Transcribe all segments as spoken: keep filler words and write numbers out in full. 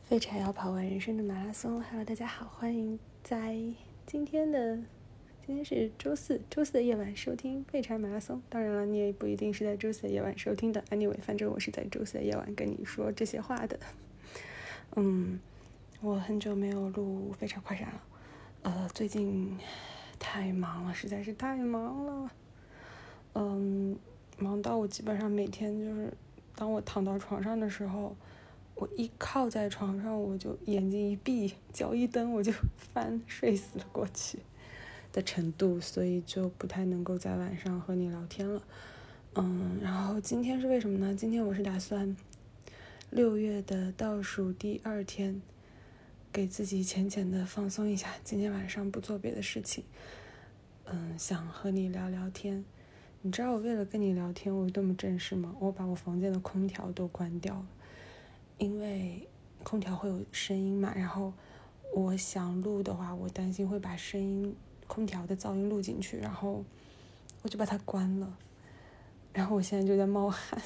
废柴要跑完人生的马拉松。Hello，大家好，欢迎在今天的今天是周四，周四的夜晚收听废柴马拉松。当然了，你也不一定是在周四的夜晚收听的。Anyway，反正我是在周四的夜晚跟你说这些话的。嗯，我很久没有录废柴快闪了，呃，最近太忙了，实在是太忙了。嗯，忙到我基本上每天就是，当我躺到床上的时候。我一靠在床上，我就眼睛一闭，脚一蹬，我就翻睡死了过去的程度，所以就不太能够在晚上和你聊天了。嗯，然后今天是为什么呢？今天我是打算六月的倒数第二天，给自己浅浅的放松一下。今天晚上不做别的事情，嗯，想和你聊聊天。你知道我为了跟你聊天，我多么正式吗？我把我房间的空调都关掉了。因为空调会有声音嘛，然后我想录的话，我担心会把声音空调的噪音录进去，然后我就把它关了，然后我现在就在冒汗。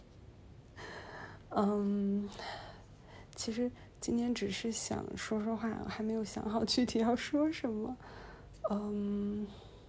嗯，其实今天只是想说说话，我还没有想好具体要说什么。嗯，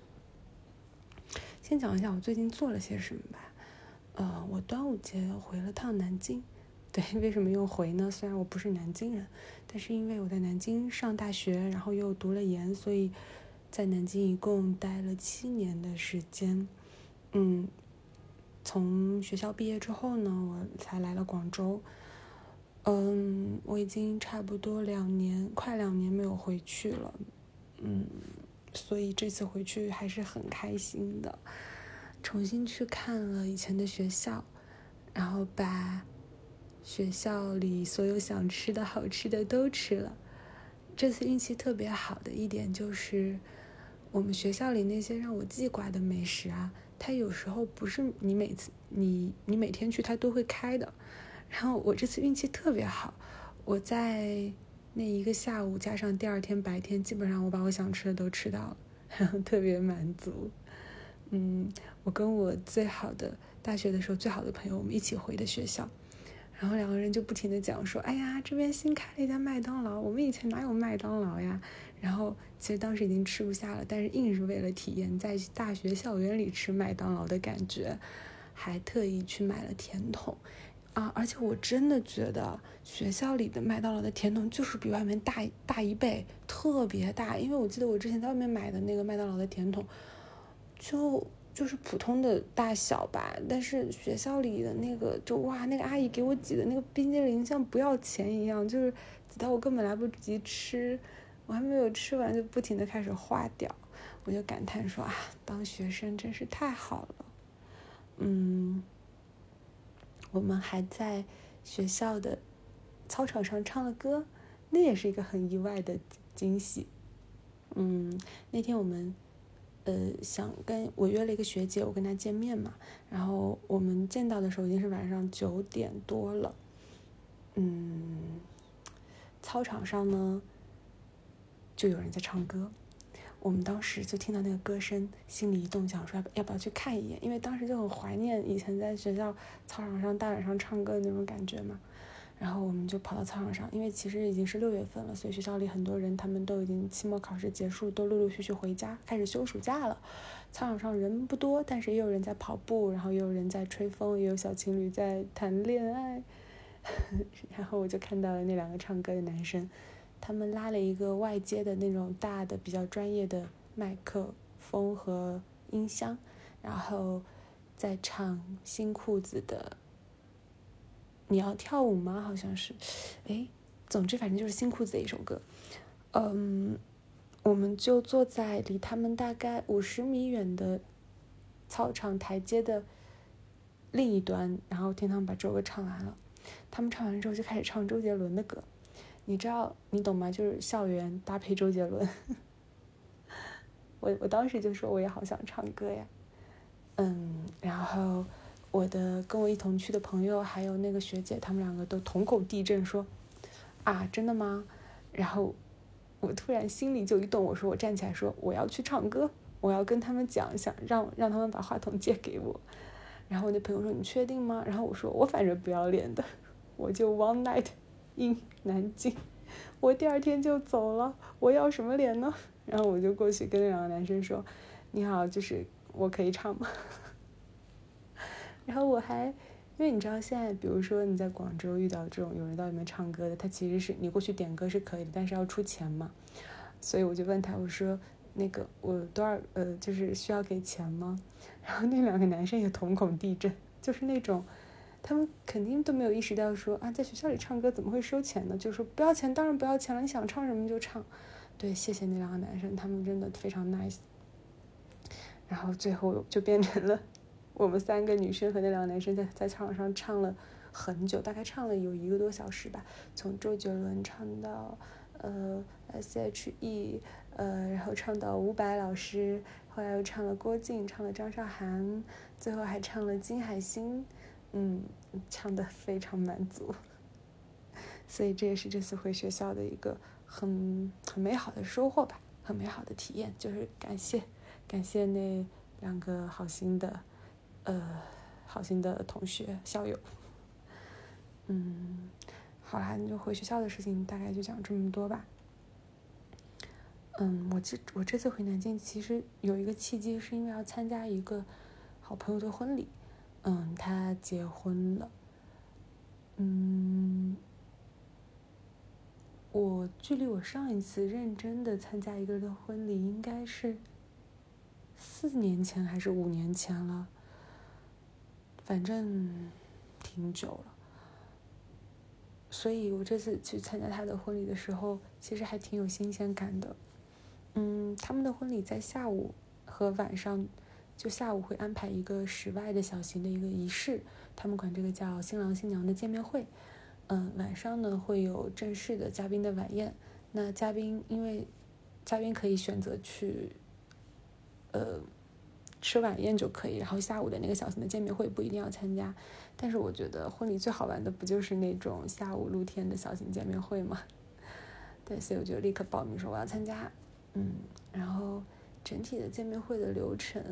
先讲一下我最近做了些什么吧。呃，我端午节回了趟南京。对，为什么用回呢？虽然我不是南京人，但是因为我在南京上大学，然后又读了研，所以在南京一共待了七年的时间。嗯，从学校毕业之后呢，我才来了广州。嗯，我已经差不多两年，快两年没有回去了。嗯，所以这次回去还是很开心的，重新去看了以前的学校，然后把学校里所有想吃的好吃的都吃了。这次运气特别好的一点就是，我们学校里那些让我记挂的美食啊，它有时候不是你每次你你每天去它都会开的。然后我这次运气特别好，我在那一个下午加上第二天白天，基本上我把我想吃的都吃到了，然后特别满足。嗯，我跟我最好的大学的时候最好的朋友，我们一起回的学校。然后两个人就不停地讲说，哎呀，这边新开了一家麦当劳，我们以前哪有麦当劳呀？然后其实当时已经吃不下了，但是硬是为了体验在大学校园里吃麦当劳的感觉，还特意去买了甜筒啊！而且我真的觉得学校里的麦当劳的甜筒就是比外面大大一倍，特别大。因为我记得我之前在外面买的那个麦当劳的甜筒，就就是普通的大小吧，但是学校里的那个就哇，那个阿姨给我挤的那个冰激凌像不要钱一样，就是挤到我根本来不及吃，我还没有吃完就不停的开始化掉，我就感叹说啊，当学生真是太好了。嗯，我们还在学校的操场上唱了歌，那也是一个很意外的惊喜。嗯，那天我们呃，想跟我约了一个学姐，我跟她见面嘛，然后我们见到的时候已经是晚上九点多了。嗯，操场上呢就有人在唱歌，我们当时就听到那个歌声，心里一动，想说要不要去看一眼，因为当时就很怀念以前在学校操场上大晚上唱歌的那种感觉嘛。然后我们就跑到操场上，因为其实已经是六月份了，所以学校里很多人他们都已经期末考试结束，都陆陆续续回家，开始休暑假了。操场上人不多，但是也有人在跑步，然后也有人在吹风，也有小情侣在谈恋爱。然后我就看到了那两个唱歌的男生，他们拉了一个外接的那种大的比较专业的麦克风和音箱，然后在唱新裤子的你要跳舞吗？好像是，哎，总之反正就是新裤子的一首歌。嗯，我们就坐在离他们大概五十米远的操场台阶的另一端，然后听他们把这首歌唱完了。他们唱完之后就开始唱周杰伦的歌，你知道你懂吗？就是校园搭配周杰伦。我我当时就说我也好想唱歌呀。嗯，然后我的跟我一同去的朋友还有那个学姐，他们两个都同口地震说啊，真的吗？然后我突然心里就一动，我说我站起来说我要去唱歌，我要跟他们讲，想让让他们把话筒借给我。然后我那朋友说你确定吗？然后我说我反正不要脸的，我就 one night 应南京，我第二天就走了，我要什么脸呢？然后我就过去跟那两个男生说，你好，就是我可以唱吗？然后我还因为你知道现在比如说你在广州遇到这种有人到里面唱歌的，他其实是你过去点歌是可以的，但是要出钱嘛。所以我就问他，我说那个我多少呃就是需要给钱吗？然后那两个男生也瞳孔地震，就是那种他们肯定都没有意识到说啊在学校里唱歌怎么会收钱呢，就是说不要钱当然不要钱了，你想唱什么就唱。对，谢谢那两个男生，他们真的非常 nice。 然后最后就变成了我们三个女生和那两个男生在在场上唱了很久，大概唱了有一个多小时吧，从周杰伦唱到呃 S H E， 呃，然后唱到伍佰老师，后来又唱了郭靖，唱了张韶涵，最后还唱了金海心，嗯，唱得非常满足。所以这也是这次回学校的一个很很美好的收获吧，很美好的体验，就是感谢感谢那两个好心的呃好心的同学校友。嗯，好啦，那就回学校的事情大概就讲这么多吧。嗯，我这我这次回南京其实有一个契机，是因为要参加一个好朋友的婚礼。嗯，他结婚了。嗯，我距离我上一次认真的参加一个人的婚礼，应该是四年前还是五年前了，反正挺久了。所以我这次去参加他的婚礼的时候，其实还挺有新鲜感的。嗯，他们的婚礼在下午和晚上，就下午会安排一个室外的小型的一个仪式，他们管这个叫新郎新娘的见面会。嗯，晚上呢会有正式的嘉宾的晚宴。那嘉宾因为嘉宾可以选择去呃吃晚宴就可以，然后下午的那个小型的见面会不一定要参加。但是我觉得婚礼最好玩的不就是那种下午露天的小型见面会吗？对，所以我就立刻报名说我要参加。嗯，然后整体的见面会的流程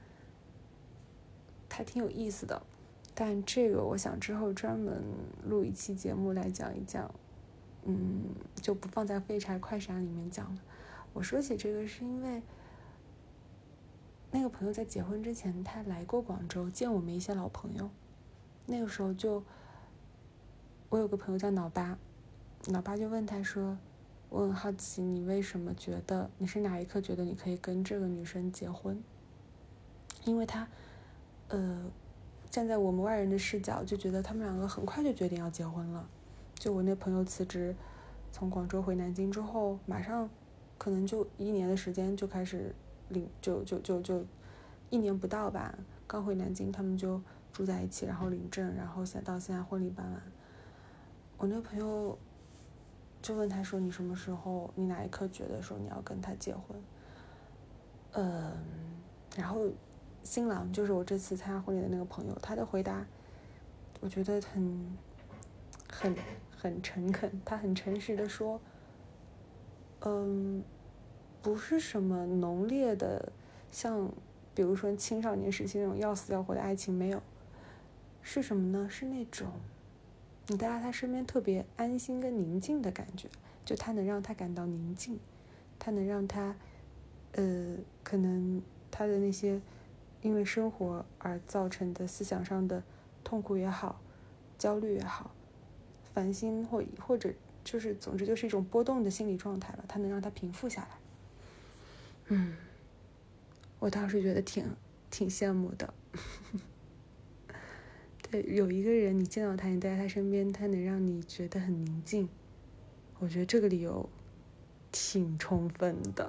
还挺有意思的，但这个我想之后专门录一期节目来讲一讲。嗯，就不放在废柴快闪里面讲了。我说起这个是因为那个朋友在结婚之前他来过广州见我们一些老朋友，那个时候就我有个朋友叫脑巴，脑巴就问他说，我很好奇你为什么觉得你是哪一刻觉得你可以跟这个女生结婚，因为他呃站在我们外人的视角就觉得他们两个很快就决定要结婚了。就我那朋友辞职从广州回南京之后，马上可能就一年的时间就开始领就就就就一年不到吧，刚回南京他们就住在一起，然后领证，然后现到现在婚礼办完。我那朋友就问他说，你什么时候你哪一刻觉得说你要跟他结婚？嗯，然后新郎就是我这次参加婚礼的那个朋友，他的回答我觉得很很很诚恳，他很诚实的说，嗯，不是什么浓烈的像比如说青少年时期那种要死要活的爱情，没有，是什么呢？是那种你待在他身边特别安心跟宁静的感觉，就他能让他感到宁静，他能让他呃可能他的那些因为生活而造成的思想上的痛苦也好，焦虑也好，烦心或或者就是总之就是一种波动的心理状态吧，它能让它平复下来。嗯，我当时觉得挺挺羡慕的。对，有一个人你见到他，你待在他身边，他能让你觉得很宁静，我觉得这个理由挺充分的。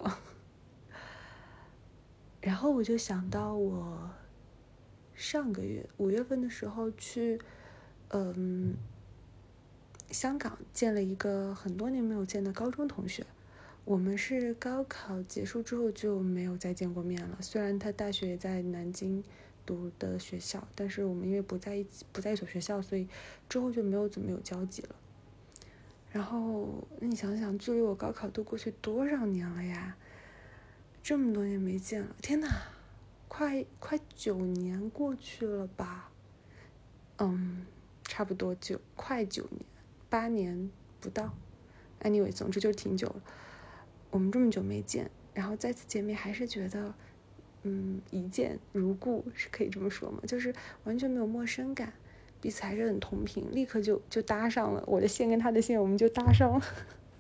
然后我就想到我上个月五月份的时候去嗯香港见了一个很多年没有见的高中同学，我们是高考结束之后就没有再见过面了。虽然他大学也在南京读的学校，但是我们因为不在一起，不在一所学校，所以之后就没有怎么有交集了。然后你想想，距离我高考都过去多少年了呀？这么多年没见了，天哪，快快九年过去了吧？嗯，差不多九快九年，八年不到。anyway 总之就挺久了，我们这么久没见，然后再次见面还是觉得嗯一见如故，是可以这么说吗？就是完全没有陌生感，彼此还是很同频，立刻就就搭上了，我的线跟他的线我们就搭上了。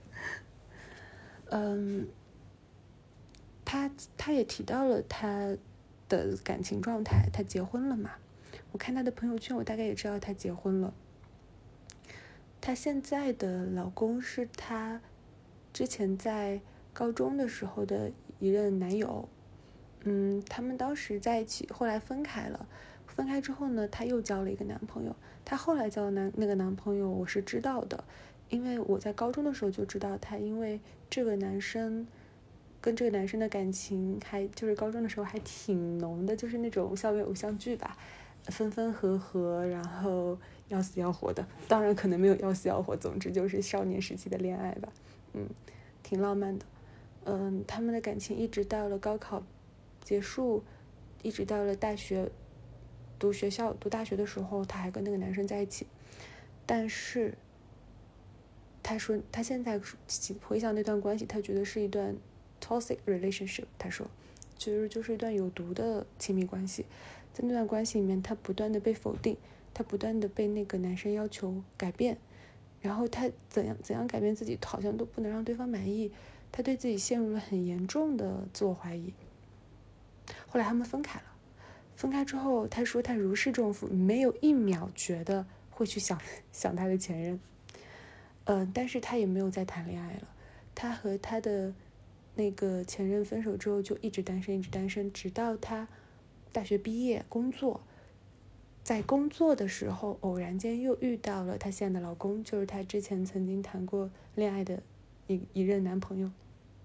嗯，他他也提到了他的感情状态，他结婚了嘛，我看他的朋友圈我大概也知道他结婚了。她现在的老公是她之前在高中的时候的一任男友，嗯，他们当时在一起，后来分开了。分开之后呢，她又交了一个男朋友。她后来交的男那个男朋友我是知道的，因为我在高中的时候就知道她，因为这个男生跟这个男生的感情还就是高中的时候还挺浓的，就是那种校园偶像剧吧，分分合合，然后要死要活的，当然可能没有要死要活，总之就是少年时期的恋爱吧，嗯，挺浪漫的。嗯，他们的感情一直到了高考结束，一直到了大学读学校读大学的时候，他还跟那个男生在一起。但是他说他现在回想那段关系，他觉得是一段 toxic relationship。他说其实就是一段有毒的亲密关系。在那段关系里面，他不断的被否定，他不断的被那个男生要求改变，然后他怎样怎样改变自己，好像都不能让对方满意，他对自己陷入了很严重的自我怀疑。后来他们分开了，分开之后，他说他如释重负，没有一秒觉得会去想想他的前任，嗯、呃，但是他也没有再谈恋爱了。他和他的那个前任分手之后，就一直单身，一直单身，直到他大学毕业工作。在工作的时候，偶然间又遇到了她现在的老公，就是她之前曾经谈过恋爱的一一任男朋友。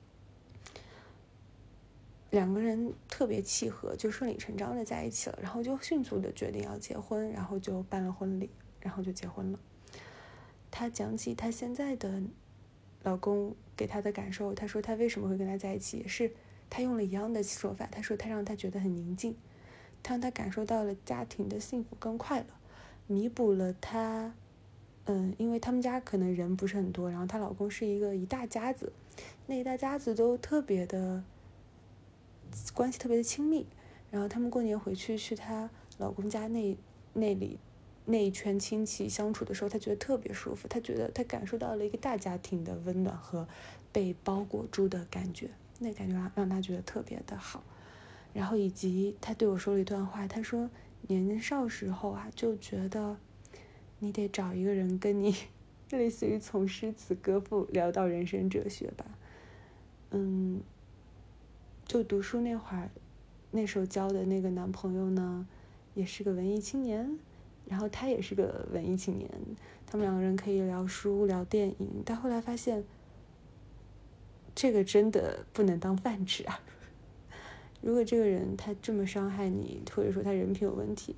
两个人特别契合，就顺理成章的在一起了，然后就迅速的决定要结婚，然后就办了婚礼，然后就结婚了。她讲起她现在的老公给她的感受，她说她为什么会跟他在一起，也是她用了一样的说法，她说她让她觉得很宁静，她让她感受到了家庭的幸福跟快乐，弥补了她，嗯，因为他们家可能人不是很多，然后她老公是一个一大家子，那一大家子都特别的关系特别的亲密，然后他们过年回去去她老公家那那里那一圈亲戚相处的时候，她觉得特别舒服，她觉得她感受到了一个大家庭的温暖和被包裹住的感觉，那感觉让让她觉得特别的好。然后以及她对我说了一段话，她说年少时候啊就觉得你得找一个人跟你类似于从诗词歌赋聊到人生哲学吧。嗯，就读书那会儿，那时候交的那个男朋友呢，也是个文艺青年，然后他也是个文艺青年，他们两个人可以聊书聊电影，但后来发现这个真的不能当饭吃啊。如果这个人他这么伤害你，或者说他人品有问题，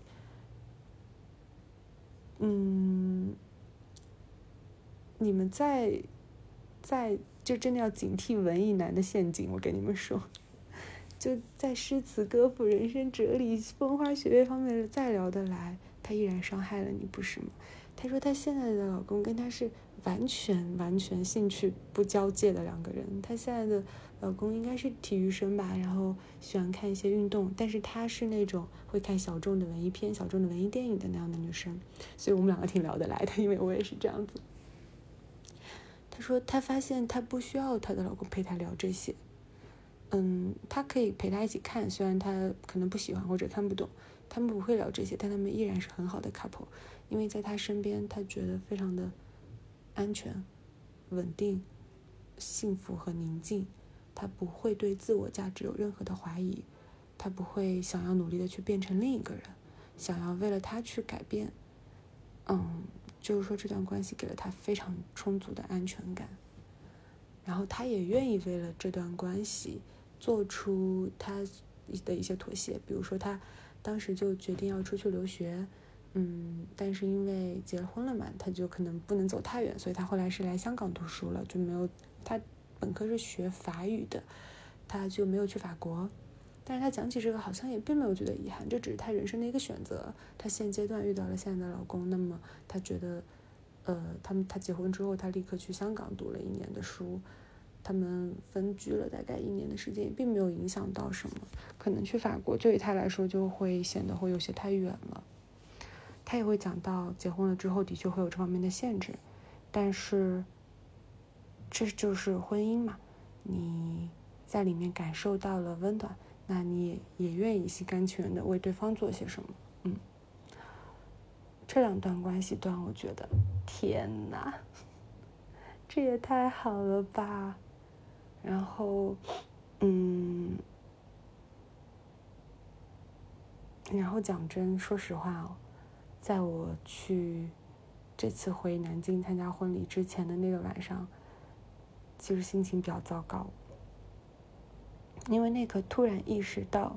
嗯，你们在在就真的要警惕文艺男的陷阱，我跟你们说，就在诗词歌赋、人生哲理、风花雪月方面再聊得来，他依然伤害了你，不是吗？她说她现在的老公跟她是完全完全兴趣不交界的两个人。她现在的老公应该是体育生吧，然后喜欢看一些运动，但是她是那种会看小众的文艺片、小众的文艺电影的那样的女生，所以我们两个挺聊得来的，因为我也是这样子。她说她发现她不需要她的老公陪她聊这些，嗯，她可以陪她一起看，虽然她可能不喜欢或者看不懂，他们不会聊这些，但他们依然是很好的 couple， 因为在她身边她觉得非常的安全、稳定、幸福和宁静，她不会对自我价值有任何的怀疑，她不会想要努力的去变成另一个人，想要为了他去改变，嗯，就是说这段关系给了她非常充足的安全感，然后她也愿意为了这段关系做出她的一些妥协，比如说她当时就决定要出去留学，嗯，但是因为结婚了嘛，她就可能不能走太远，所以她后来是来香港读书了，就没有，她本科是学法语的，她就没有去法国。但是她讲起这个好像也并没有觉得遗憾，这只是她人生的一个选择。她现阶段遇到了现在的老公，那么她觉得呃，他们他结婚之后，他立刻去香港读了一年的书，他们分居了大概一年的时间，也并没有影响到什么。可能去法国对于他来说就会显得会有些太远了。他也会讲到结婚了之后的确会有这方面的限制，但是这就是婚姻嘛，你在里面感受到了温暖，那你也也愿意心甘情愿的为对方做些什么。嗯，这两段关系段我觉得天哪，这也太好了吧。然后嗯然后讲真，说实话哦，在我去这次回南京参加婚礼之前的那个晚上，其实心情比较糟糕，因为那刻突然意识到，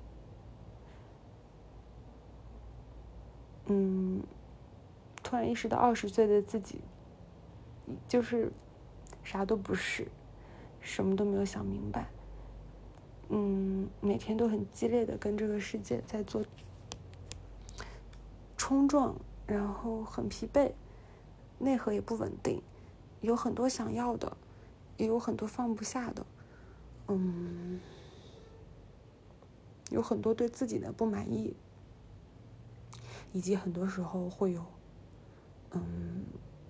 嗯，突然意识到二十岁的自己，就是啥都不是，什么都没有想明白，嗯，每天都很激烈的跟这个世界在做冲撞，然后很疲惫，内核也不稳定，有很多想要的，也有很多放不下的，嗯，有很多对自己的不满意，以及很多时候会有，嗯，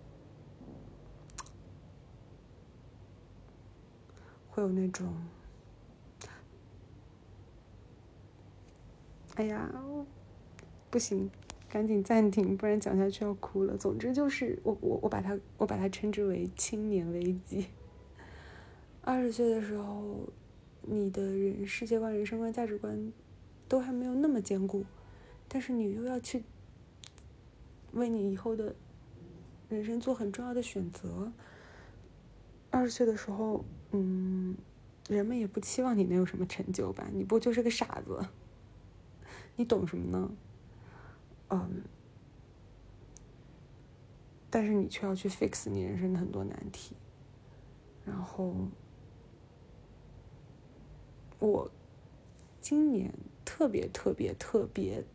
会有那种，哎呀，不行，赶紧暂停，不然讲下去要哭了。总之就是我我我把它我把它称之为青年危机。二十岁的时候，你的人世界观、人生观、价值观都还没有那么坚固，但是你又要去为你以后的人生做很重要的选择。二十岁的时候，嗯，人们也不期望你能有什么成就吧？你不就是个傻子？你懂什么呢？嗯，但是你却要去 fix 你人生的很多难题。然后我今年特别特别特别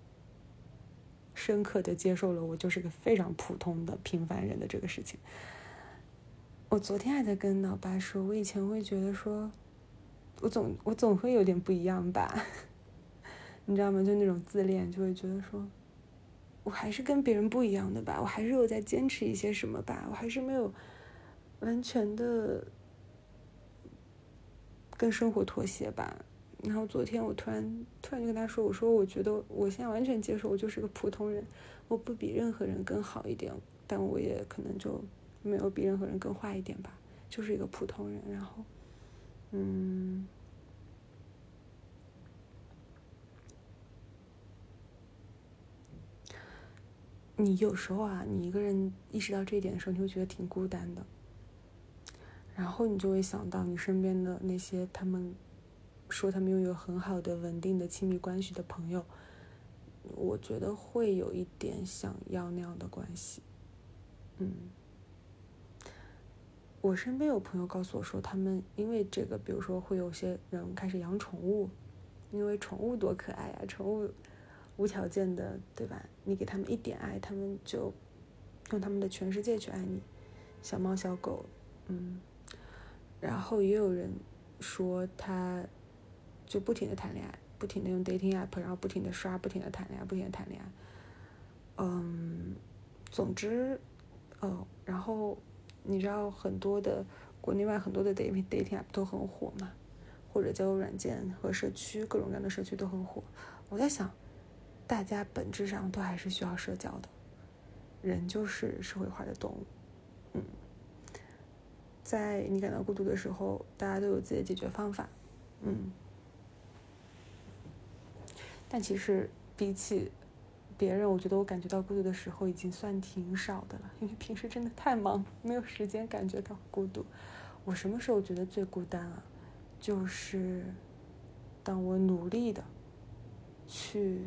深刻的接受了我就是个非常普通的平凡人的这个事情。我昨天还在跟老爸说，我以前会觉得说我总我总会有点不一样吧，你知道吗？就那种自恋，就会觉得说我还是跟别人不一样的吧，我还是有在坚持一些什么吧，我还是没有完全的跟生活妥协吧。然后昨天我突然突然就跟他说，我说我觉得我现在完全接受我就是个普通人，我不比任何人更好一点，但我也可能就没有比任何人更坏一点吧，就是一个普通人。然后嗯你有时候啊，你一个人意识到这一点的时候，你会觉得挺孤单的，然后你就会想到你身边的那些他们说他们拥有很好的稳定的亲密关系的朋友，我觉得会有一点想要那样的关系。嗯，我身边有朋友告诉我说，他们因为这个，比如说会有些人开始养宠物，因为宠物多可爱啊，宠物无条件的，对吧？你给他们一点爱，他们就用他们的全世界去爱你，小猫小狗，嗯。然后也有人说他就不停的谈恋爱，不停的用 dating app， 然后不停的刷，不停的谈恋爱，不停的谈恋爱。嗯，总之，哦，然后你知道很多的国内外很多的 dating dating app 都很火嘛，或者交友软件和社区，各种各样的社区都很火。我在想，大家本质上都还是需要社交的，人就是社会化的动物。嗯，在你感到孤独的时候，大家都有自己的解决方法。嗯，但其实比起别人，我觉得我感觉到孤独的时候已经算挺少的了，因为平时真的太忙，没有时间感觉到孤独。我什么时候觉得最孤单啊？就是当我努力的去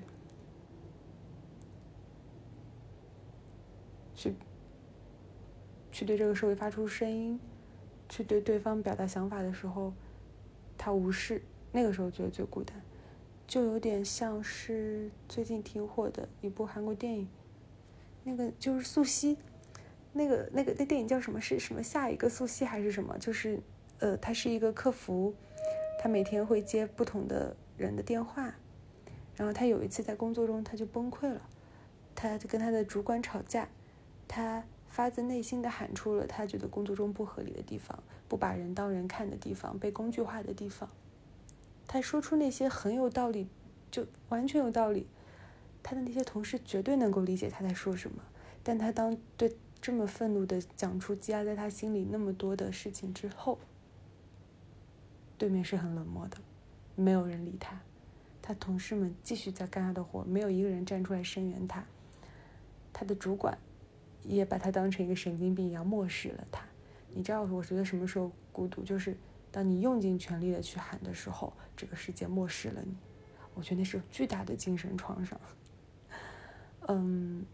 去去对这个社会发出声音，去对对方表达想法的时候，他无视，那个时候觉得最孤单。就有点像是最近挺火的一部韩国电影，那个就是素汐， 那个那个那电影叫什么？是什么下一个苏西还是什么？就是呃，他是一个客服，他每天会接不同的人的电话，然后他有一次在工作中他就崩溃了，他就跟他的主管吵架，他发自内心的喊出了他觉得工作中不合理的地方，不把人当人看的地方，被工具化的地方。他说出那些很有道理，就完全有道理，他的那些同事绝对能够理解他在说什么，但他当对这么愤怒的讲出积压在他心里那么多的事情之后，对面是很冷漠的，没有人理他，他同事们继续在干他的活，没有一个人站出来声援他，他的主管也把他当成一个神经病一样漠视了他。你知道我觉得什么时候孤独，就是当你用尽全力的去喊的时候，这个世界漠视了你。我觉得那是巨大的精神创伤。嗯，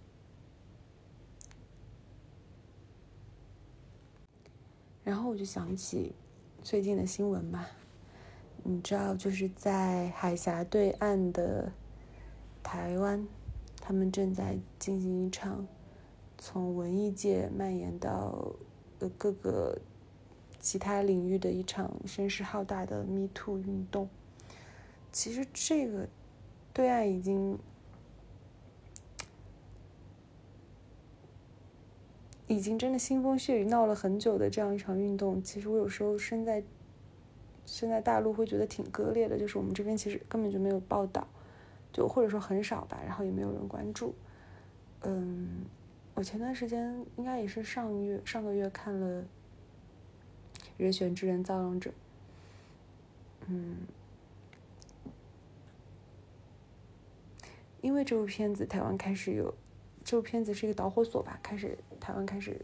然后我就想起最近的新闻嘛，你知道就是在海峡对岸的台湾，他们正在进行一场从文艺界蔓延到呃各个其他领域的一场声势浩大的 Me Too 运动。其实这个对岸已经已经真的腥风血雨闹了很久的这样一场运动，其实我有时候身在身在大陆会觉得挺割裂的，就是我们这边其实根本就没有报道，就或者说很少吧，然后也没有人关注。嗯，我前段时间应该也是上月上个月看了《人选之人造浪者》，嗯，因为这部片子台湾开始有，这部片子是一个导火索吧，开始台湾开始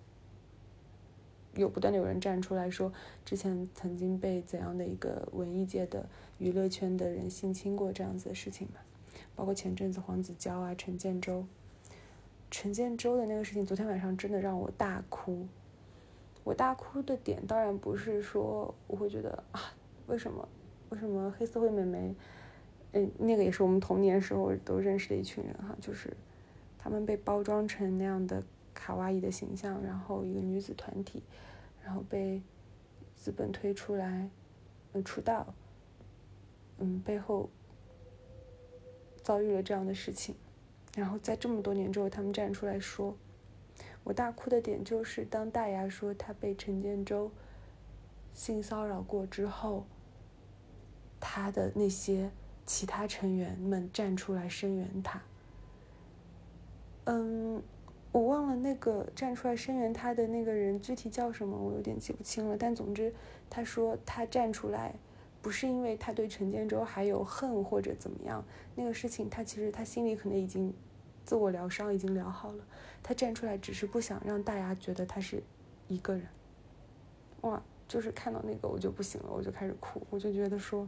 有不断的有人站出来说，之前曾经被怎样的一个文艺界的娱乐圈的人性侵过这样子的事情嘛，包括前阵子黄子佼啊、陈建州，陈建州的那个事情，昨天晚上真的让我大哭。我大哭的点当然不是说我会觉得啊，为什么为什么黑社会妹妹，嗯，那个也是我们童年时候都认识的一群人哈，就是他们被包装成那样的卡哇伊的形象，然后一个女子团体，然后被资本推出来，嗯，出道，嗯，背后遭遇了这样的事情，然后在这么多年之后，他们站出来说，我大哭的点就是当大牙说他被陈建州性骚扰过之后，他的那些其他成员们站出来声援他。嗯，我忘了那个站出来声援他的那个人具体叫什么，我有点记不清了。但总之，他说他站出来，不是因为他对陈建州还有恨或者怎么样，那个事情他其实他心里可能已经自我疗伤，已经疗好了。他站出来只是不想让大家觉得他是一个人。哇，就是看到那个我就不行了，我就开始哭，我就觉得说，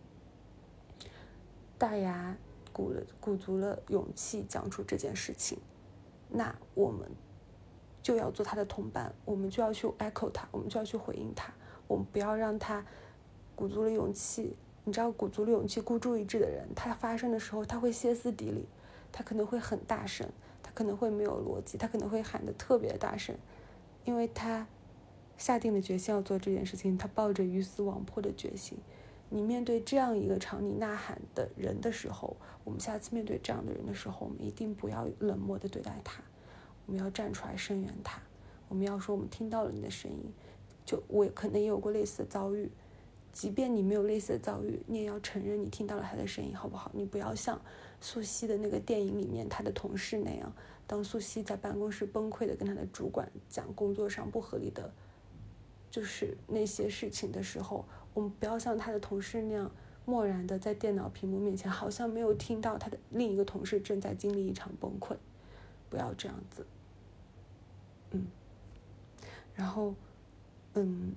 大牙鼓了鼓足了勇气讲出这件事情，那我们就要做他的同伴，我们就要去 echo 他，我们就要去回应他，我们不要让他鼓足了勇气。你知道鼓足了勇气孤注一掷的人，他发声的时候他会歇斯底里，他可能会很大声，他可能会没有逻辑，他可能会喊得特别大声，因为他下定了决心要做这件事情，他抱着鱼死网破的决心。你面对这样一个朝你呐喊的人的时候，我们下次面对这样的人的时候，我们一定不要冷漠地对待他，我们要站出来声援他，我们要说我们听到了你的声音。就我可能也有过类似的遭遇，即便你没有类似的遭遇，你也要承认你听到了他的声音，好不好？你不要像素汐的那个电影里面他的同事那样，当素汐在办公室崩溃的跟他的主管讲工作上不合理的就是那些事情的时候，我们不要像他的同事那样漠然的在电脑屏幕面前，好像没有听到他的另一个同事正在经历一场崩溃，不要这样子。嗯，然后嗯，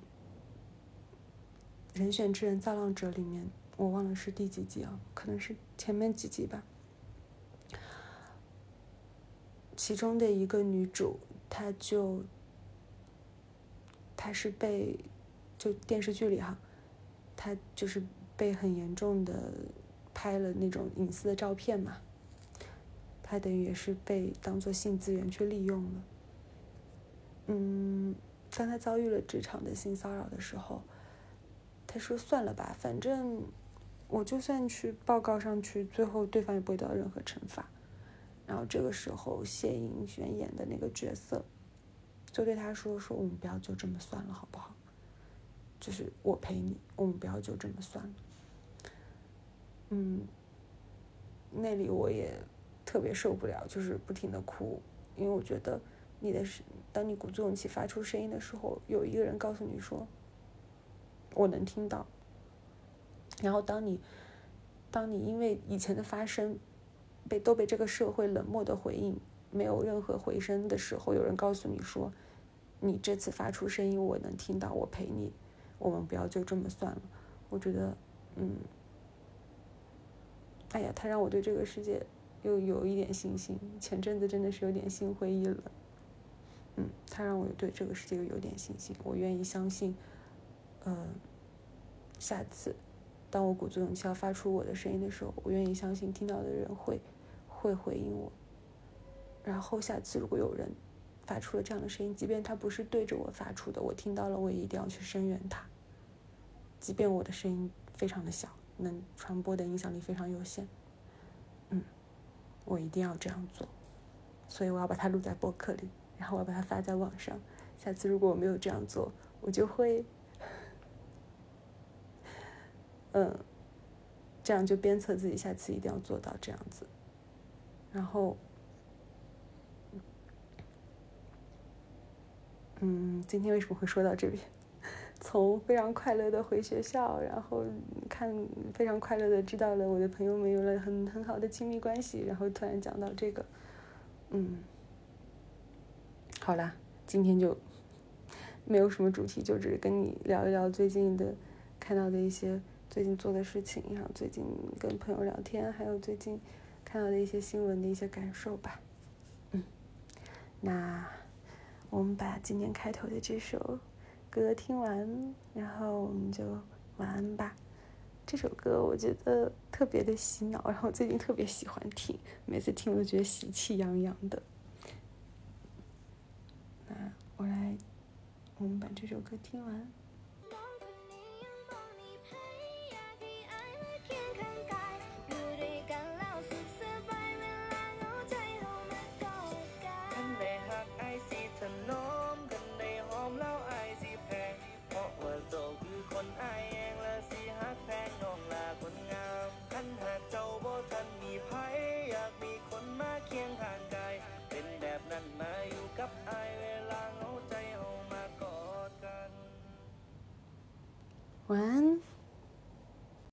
人选之人造浪者里面我忘了是第几集啊，可能是前面几集吧，其中的一个女主，她就她是被就电视剧里哈，她就是被很严重的拍了那种隐私的照片嘛，她等于也是被当作性资源去利用了。 嗯，当他遭遇了职场的性骚扰的时候，他说算了吧，反正我就算去报告上去，最后对方也不会得到任何惩罚。然后这个时候谢盈萱演的那个角色就对他说说我们不要就这么算了好不好，就是我陪你，我们不要就这么算了。嗯，那里我也特别受不了，就是不停的哭，因为我觉得你的当你鼓足勇气发出声音的时候，有一个人告诉你说我能听到。然后当你当你因为以前的发声被都被这个社会冷漠的回应，没有任何回声的时候，有人告诉你说你这次发出声音我能听到，我陪你，我们不要就这么算了。我觉得嗯哎呀，他让我对这个世界又有一点信心，前阵子真的是有点心灰意冷。嗯，他让我对这个世界又有点信心，我愿意相信呃下次当我鼓足勇气要发出我的声音的时候，我愿意相信听到的人会会回应我。然后下次如果有人发出了这样的声音，即便他不是对着我发出的，我听到了，我也一定要去声援他，即便我的声音非常的小，能传播的影响力非常有限。嗯，我一定要这样做，所以我要把它录在播客里，然后我要把它发在网上。下次如果我没有这样做，我就会嗯，这样就鞭策自己下次一定要做到这样子。然后嗯，今天为什么会说到这边？从非常快乐的回学校，然后看非常快乐的知道了我的朋友们有了很很好的亲密关系，然后突然讲到这个，嗯，好啦，今天就没有什么主题，就只是跟你聊一聊最近的看到的一些最近做的事情，然后最近跟朋友聊天，还有最近看到的一些新闻的一些感受吧。嗯，那我们把今天开头的这首歌听完，然后我们就晚安吧。这首歌我觉得特别的洗脑，然后最近特别喜欢听，每次听都觉得喜气洋洋的。那我来，我们把这首歌听完。晚安。